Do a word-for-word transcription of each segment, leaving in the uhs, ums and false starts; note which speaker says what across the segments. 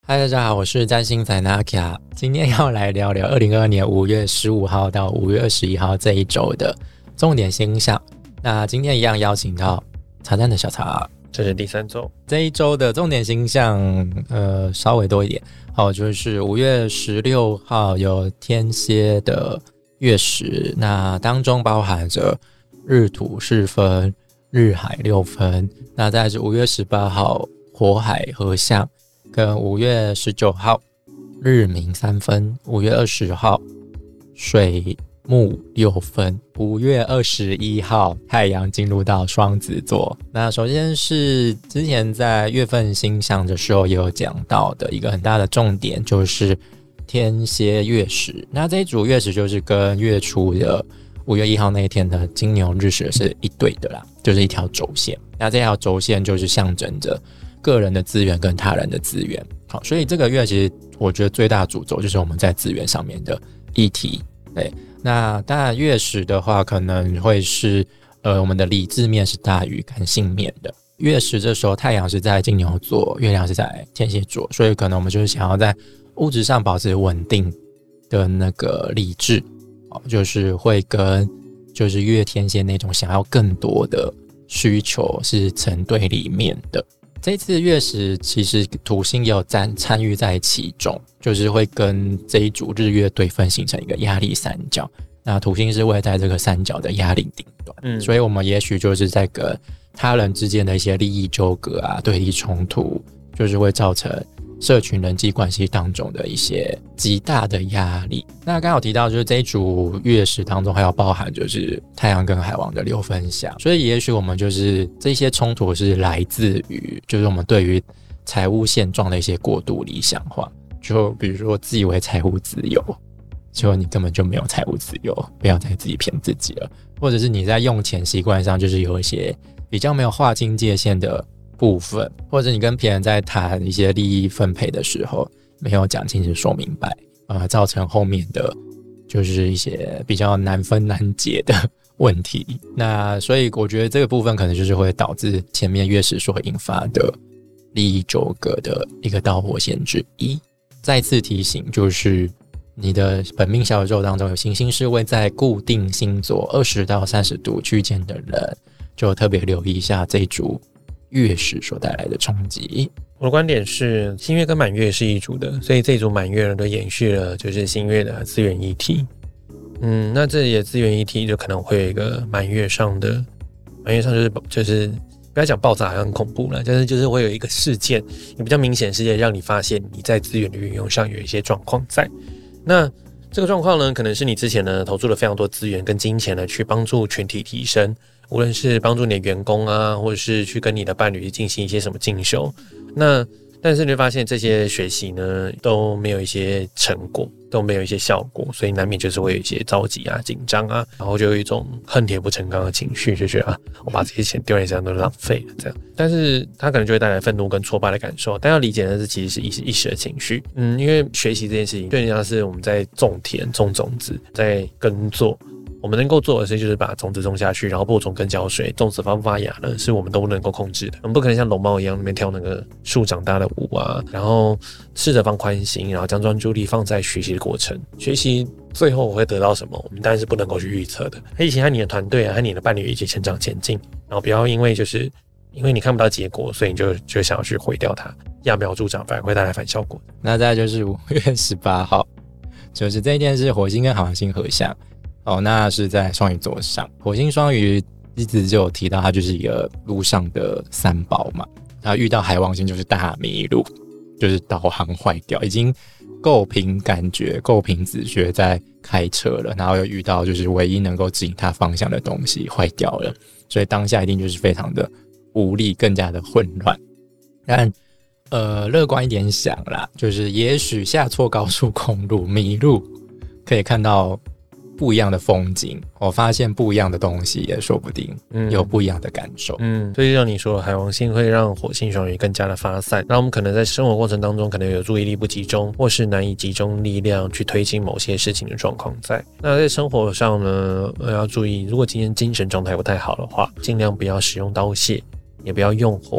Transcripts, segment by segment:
Speaker 1: 嗨，大家好，我是占星仔 Nakia， 今天要来聊聊二零二二年五月十五号到五月二十一号这一周的重点星象。那今天一样邀请到茶蛋的小茶，
Speaker 2: 这是第三周，
Speaker 1: 这一周的重点星象呃稍微多一点，好，就是五月十六号有天蝎的月食，那当中包含着日土四分、日海六分，那再来是五月十八号火海合相。跟五月十九号日冥三分，五月二十号水木六分，五月二十一号太阳进入到双子座。那首先是之前在月份星象的时候也有讲到的一个很大的重点，就是天蝎月食。那这一组月食就是跟月初的五月一号那一天的金牛日食是一对的啦，就是一条轴线。那这条轴线就是象征着个人的资源跟他人的资源。好，所以这个月其实我觉得最大的主轴就是我们在资源上面的议题。对，那当然月食的话可能会是呃我们的理智面是大于感性面的。月食这时候太阳是在金牛座，月亮是在天蝎座，所以可能我们就是想要在物质上保持稳定的那个理智，就是会跟就是月天蝎那种想要更多的需求是成对立面的。这次月食其实土星也有参与在其中，就是会跟这一组日月对分形成一个压力三角。那土星是位在这个三角的压力顶端，嗯，所以我们也许就是在跟他人之间的一些利益纠葛啊、对立冲突，就是会造成社群人际关系当中的一些极大的压力。那刚好提到就是这一组月食当中还有包含就是太阳跟海王的六分相，所以也许我们就是这些冲突是来自于就是我们对于财务现状的一些过度理想化，就比如说自以为财务自由，结果你根本就没有财务自由，不要再自己骗自己了。或者是你在用钱习惯上就是有一些比较没有划清界限的部分，或者你跟别人在谈一些利益分配的时候没有讲清楚说明白，呃，造成后面的就是一些比较难分难解的问题。那所以我觉得这个部分可能就是会导致前面月食所引发的利益纠葛的一个导火线之一。再次提醒，就是你的本命小宇宙当中有行星是位在固定星座二十到三十度区间的人，就特别留意一下这一组月食所带来的冲击。
Speaker 2: 我的观点是新月跟满月是一组的，所以这一组满月呢都延续了就是新月的资源议题。嗯，那这里的资源议题就可能会有一个满月上的满月上就是就是不要讲爆炸好像很恐怖了，但是就是会有一个事件，也比较明显的事件让你发现你在资源的运用上有一些状况在。那这个状况呢，可能是你之前呢投注了非常多资源跟金钱呢去帮助群体提升，无论是帮助你的员工啊，或者是去跟你的伴侣进行一些什么进修，那但是你会发现这些学习呢都没有一些成果，都没有一些效果，所以难免就是会有一些着急啊、紧张啊，然后就有一种恨铁不成钢的情绪，就觉得啊，我把这些钱丢在身上都浪费了这样。但是它可能就会带来愤怒跟挫败的感受，但要理解的是，其实是一时一时的情绪。嗯，因为学习这件事情，就像是我们在种田、种种子、在耕作。我们能够做的事就是把种子种下去，然后播种跟浇水，种子发不发芽呢，是我们都不能够控制的。我们不可能像龙猫一样那边跳那个树长大的舞啊，然后试着放宽心，然后将专注力放在学习的过程。学习最后我会得到什么，我们当然是不能够去预测的。一起和你的团队啊，和你的伴侣一起成长前进，然后不要因为就是因为你看不到结果，所以你就就想要去毁掉它，揠苗助长，反而会带来反效果。
Speaker 1: 那再来就是五月十八号，就是这一件是火星跟海王星合相。哦，那是在双鱼座上，火星双鱼一直就有提到它就是一个路上的三宝嘛，它遇到海王星就是大迷路，就是导航坏掉，已经够凭感觉够凭直觉在开车了，然后又遇到就是唯一能够指引它方向的东西坏掉了，所以当下一定就是非常的无力，更加的混乱。但呃，乐观一点想啦，就是也许下错高速公路迷路可以看到不一样的风景，我发现不一样的东西也说不定，嗯，有不一样的感受。
Speaker 2: 嗯，所以就像你说，海王星会让火星双鱼更加的发散，那我们可能在生活过程当中可能有注意力不集中，或是难以集中力量去推进某些事情的状况在。那在生活上呢，要注意，如果今天精神状态不太好的话，尽量不要使用刀械，也不要用火。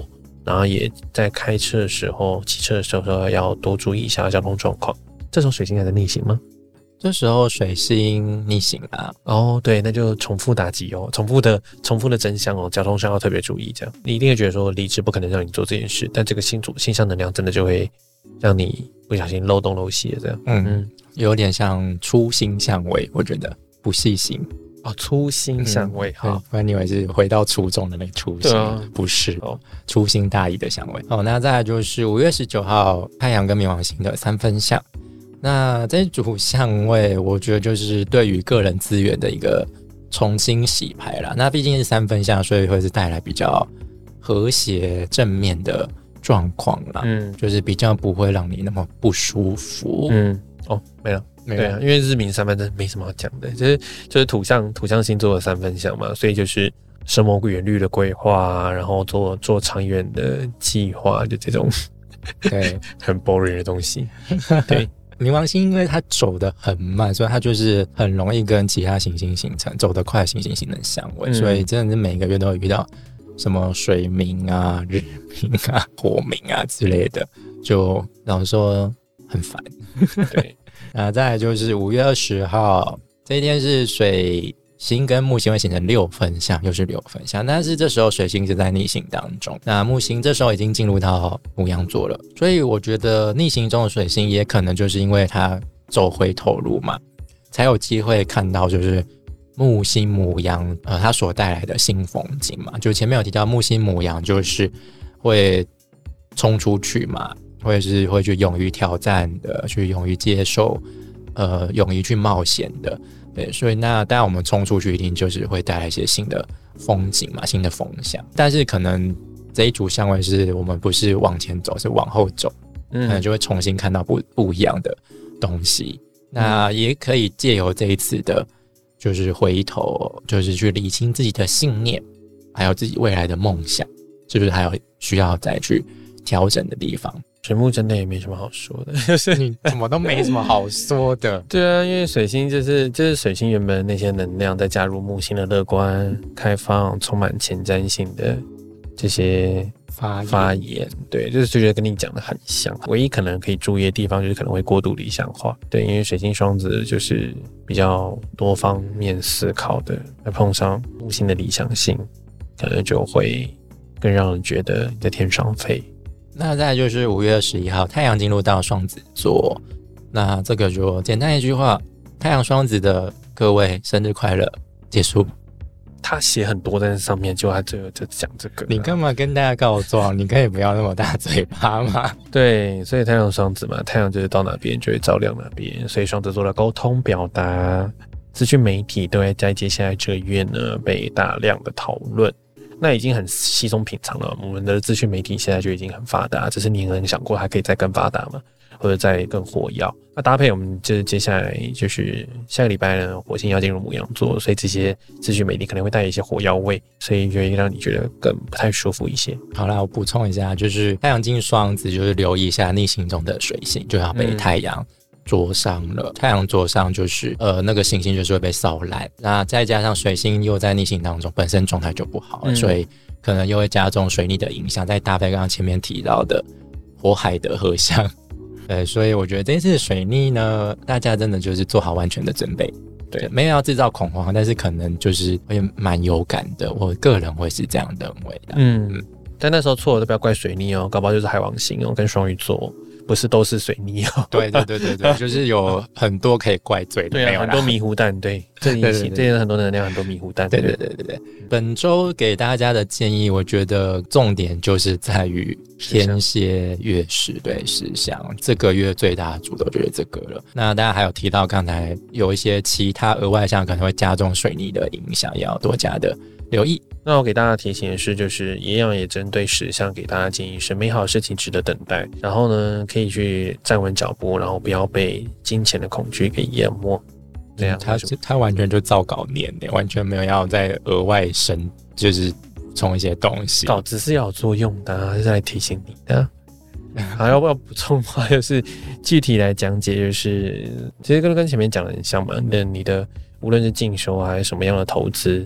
Speaker 2: 然后也在开车的时候、骑车的时候要多注意一下交通状况。这时候水星还在逆行吗？
Speaker 1: 这时候水星逆行啦。
Speaker 2: 哦，对，那就重复打击哦，重复的重复的真相哦，交通上要特别注意。这样你一定会觉得说理智不可能让你做这件事，但这个星主星象能量真的就会让你不小心漏洞漏细了这样。
Speaker 1: 嗯嗯，有点像粗星相位，我觉得不细心
Speaker 2: 哦，粗星相位，好、
Speaker 1: 嗯，不然你以为是回到初中的那个粗星，
Speaker 2: 啊、
Speaker 1: 不是哦，粗星大意的相位。哦，那再来就是五月十九号太阳跟冥王星的三分相。那这组相位，我觉得就是对于个人资源的一个重新洗牌啦。那毕竟是三分相，所以会是带来比较和谐正面的状况啦。嗯，就是比较不会让你那么不舒服。嗯，
Speaker 2: 哦，没了。对啊，因为日冥三分真没什么好讲的，就是就是土象土象星座的三分相嘛，所以就是生活远虑的规划，然后做做长远的计划，就这种
Speaker 1: 对
Speaker 2: 很 boring 的东西。对。
Speaker 1: 冥王星因为它走得很慢，所以它就是很容易跟其他行星形成走得快的行星形成相位、嗯、所以真的是每个月都会遇到什么水冥啊、日冥啊、火冥啊之类的，就老实说很烦。
Speaker 2: 对，
Speaker 1: 那再来就是五月二十号这一天是水星跟木星会形成六分相，又是六分相，但是这时候水星是在逆行当中，那木星这时候已经进入到牡羊座了，所以我觉得逆行中的水星也可能就是因为它走回头路嘛，才有机会看到就是木星牡羊呃它所带来的新风景嘛。就前面有提到木星牡羊就是会冲出去嘛，或是会去勇于挑战的，去勇于接受呃勇于去冒险的。对，所以那当然我们冲出去一定就是会带来一些新的风景嘛，新的风向，但是可能这一组相位是我们不是往前走，是往后走，嗯，可能就会重新看到不不一样的东西。那也可以借由这一次的就是回头，就是去理清自己的信念，还有自己未来的梦想，是不是还有需要再去调整的地方。
Speaker 2: 水木真的也没什么好说的，就是
Speaker 1: 你怎么都没什么好说的。
Speaker 2: 对啊，因为水星就是就是水星原本的那些能量，再加入木星的乐观、开放、充满前瞻性的这些发 言, 发言，对，就是觉得跟你讲的很像。唯一可能可以注意的地方就是可能会过度理想化，对，因为水星双子就是比较多方面思考的，再碰上木星的理想性，可能就会更让人觉得你在天上飞。
Speaker 1: 那再来就是五月二十一号太阳进入到双子座，那这个就简单一句话，太阳双子的各位生日快乐，结束。
Speaker 2: 他写很多在那上面，就他这个就讲这个、啊，
Speaker 1: 你干嘛跟大家告状？你可以不要那么大嘴巴吗？
Speaker 2: 对，所以太阳双子嘛，太阳就是到哪边就会照亮哪边，所以双子座的沟通表达、资讯媒体都会在接下来这个月呢被大量的讨论。那已经很稀松平常了，我们的资讯媒体现在就已经很发达，只是你能想过还可以再更发达吗？或者再更活跃？那搭配我们就是接下来就是下个礼拜呢，火星要进入牡羊座，所以这些资讯媒体可能会带一些火药味，所以就会让你觉得更不太舒服一些。
Speaker 1: 好啦，我补充一下，就是太阳进双子，就是留意一下逆行中的水星就要被太阳灼伤了、嗯、太阳灼伤就是呃那个行星就是会被烧烂，那再加上水星又在逆行当中本身状态就不好了、嗯、所以可能又会加重水逆的影响，再搭配刚刚前面提到的火海的合相，对，所以我觉得这次水逆呢，大家真的就是做好完全的准备，对，没有要制造恐慌，但是可能就是会蛮有感的，我个人会是这样认为的。
Speaker 2: 嗯，嗯但那时候错了都不要怪水逆哦，搞不好就是海王星哦跟双鱼座，不是都是水逆哦。
Speaker 1: 对对对对对，就是有很多可以怪罪的，
Speaker 2: 对啊，很多迷糊蛋，对，这一期这些很多能量，很多迷糊蛋。
Speaker 1: 对对对对对。本周给大家的建议，我觉得重点就是在于天蝎月食对事项，这个月最大的主轴就是这个了。那大家还有提到刚才有一些其他额外项可能会加重水逆的影响，也要多加的留意。
Speaker 2: 那我给大家提醒的是，就是一样也针对十项给大家建议是美好的事情值得等待，然后呢可以去站稳脚步，然后不要被金钱的恐惧给淹没。这样、嗯、
Speaker 1: 他他完全就照稿念的，完全没有要再额外生就是充一些东西。
Speaker 2: 稿子是要有作用的、啊，是来提醒你的。还要不要补充的话，就是具体来讲解，就是其实跟跟前面讲的很像嘛。那你的无论是进修啊，还是什么样的投资。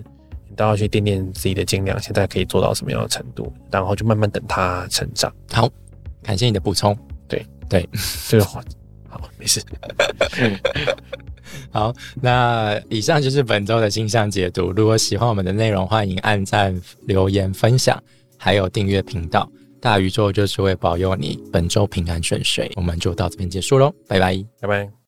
Speaker 2: 你都要去掂掂自己的斤两，现在可以做到什么样的程度，然后就慢慢等它成长。
Speaker 1: 好，感谢你的补充。
Speaker 2: 对
Speaker 1: 对，
Speaker 2: 这个话好没事。
Speaker 1: 好，那以上就是本周的星象解读。如果喜欢我们的内容，欢迎按赞、留言、分享，还有订阅频道。大宇宙就是会保佑你本周平安顺遂。我们就到这边结束咯，拜拜，
Speaker 2: 拜拜。